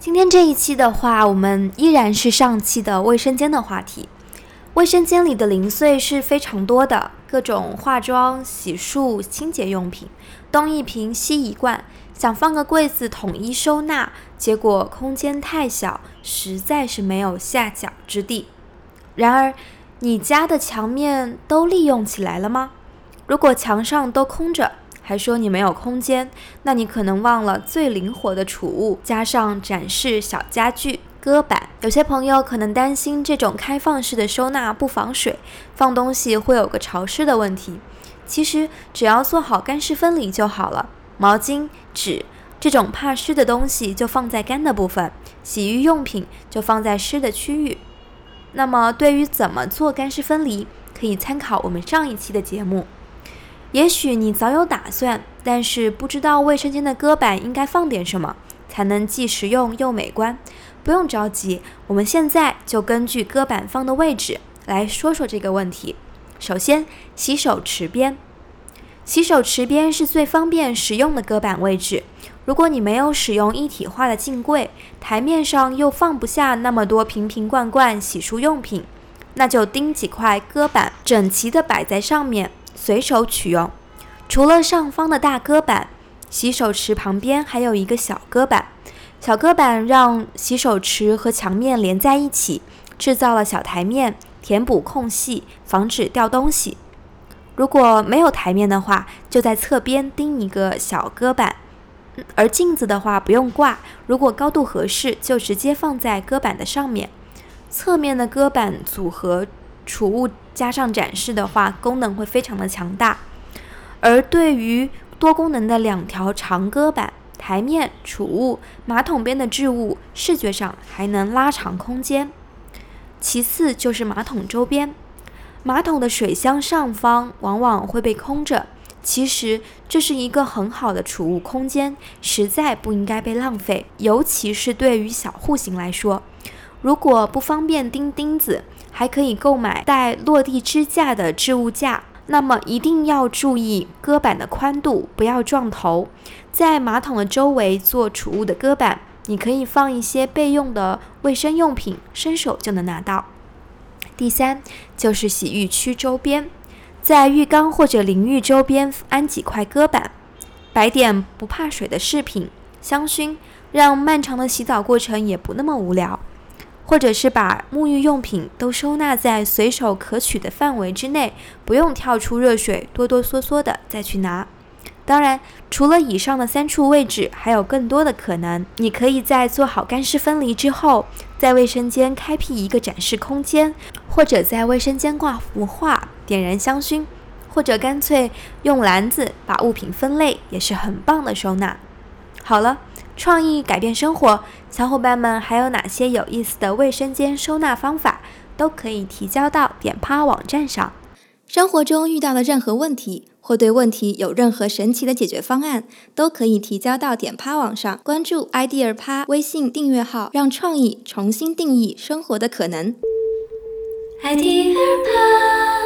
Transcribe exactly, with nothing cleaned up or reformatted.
今天这一期的话，我们依然是上期的卫生间的话题。卫生间里的零碎是非常多的，各种化妆、洗漱、清洁用品，东一瓶西一罐，想放个柜子统一收纳，结果空间太小，实在是没有下脚之地。然而，你家的墙面都利用起来了吗？如果墙上都空着，还说你没有空间，那你可能忘了最灵活的储物，加上展示小家具、搁板。有些朋友可能担心这种开放式的收纳不防水，放东西会有个潮湿的问题。其实只要做好干湿分离就好了，毛巾、纸这种怕湿的东西就放在干的部分，洗浴用品就放在湿的区域。那么对于怎么做干湿分离，可以参考我们上一期的节目。也许你早有打算，但是不知道卫生间的搁板应该放点什么，才能既实用又美观。不用着急，我们现在就根据搁板放的位置来说说这个问题。首先，洗手池边。洗手池边是最方便实用的搁板位置。如果你没有使用一体化的镜柜，台面上又放不下那么多瓶瓶罐罐洗漱用品，那就钉几块搁板，整齐地摆在上面，随手取用。除了上方的大搁板，洗手池旁边还有一个小搁板。小搁板让洗手池和墙面连在一起，制造了小台面，填补空隙，防止掉东西。如果没有台面的话，就在侧边钉一个小搁板。而镜子的话不用挂，如果高度合适，就直接放在搁板的上面。侧面的搁板组合储物加上展示的话，功能会非常的强大。而对于多功能的两条长搁板，台面、储物、马桶边的置物，视觉上还能拉长空间。其次就是马桶周边，马桶的水箱上方往往会被空着，其实这是一个很好的储物空间，实在不应该被浪费，尤其是对于小户型来说。如果不方便钉钉子，还可以购买带落地支架的置物架，那么一定要注意搁板的宽度，不要撞头。在马桶的周围做储物的搁板，你可以放一些备用的卫生用品，伸手就能拿到。第三就是洗浴区周边，在浴缸或者淋浴周边安几块搁板，摆点不怕水的饰品、香薰，让漫长的洗澡过程也不那么无聊。或者是把沐浴用品都收纳在随手可取的范围之内，不用跳出热水哆哆嗦嗦的再去拿。当然，除了以上的三处位置，还有更多的可能。你可以在做好干湿分离之后，在卫生间开辟一个展示空间，或者在卫生间挂幅画、点燃香薰，或者干脆用篮子把物品分类，也是很棒的收纳。好了，创意改变生活，小伙伴们还有哪些有意思的卫生间收纳方法，都可以提交到点趴网站上。生活中遇到的任何问题，或对问题有任何神奇的解决方案，都可以提交到点趴网上，关注 idea 趴微信订阅号，让创意重新定义生活的可能。idea 趴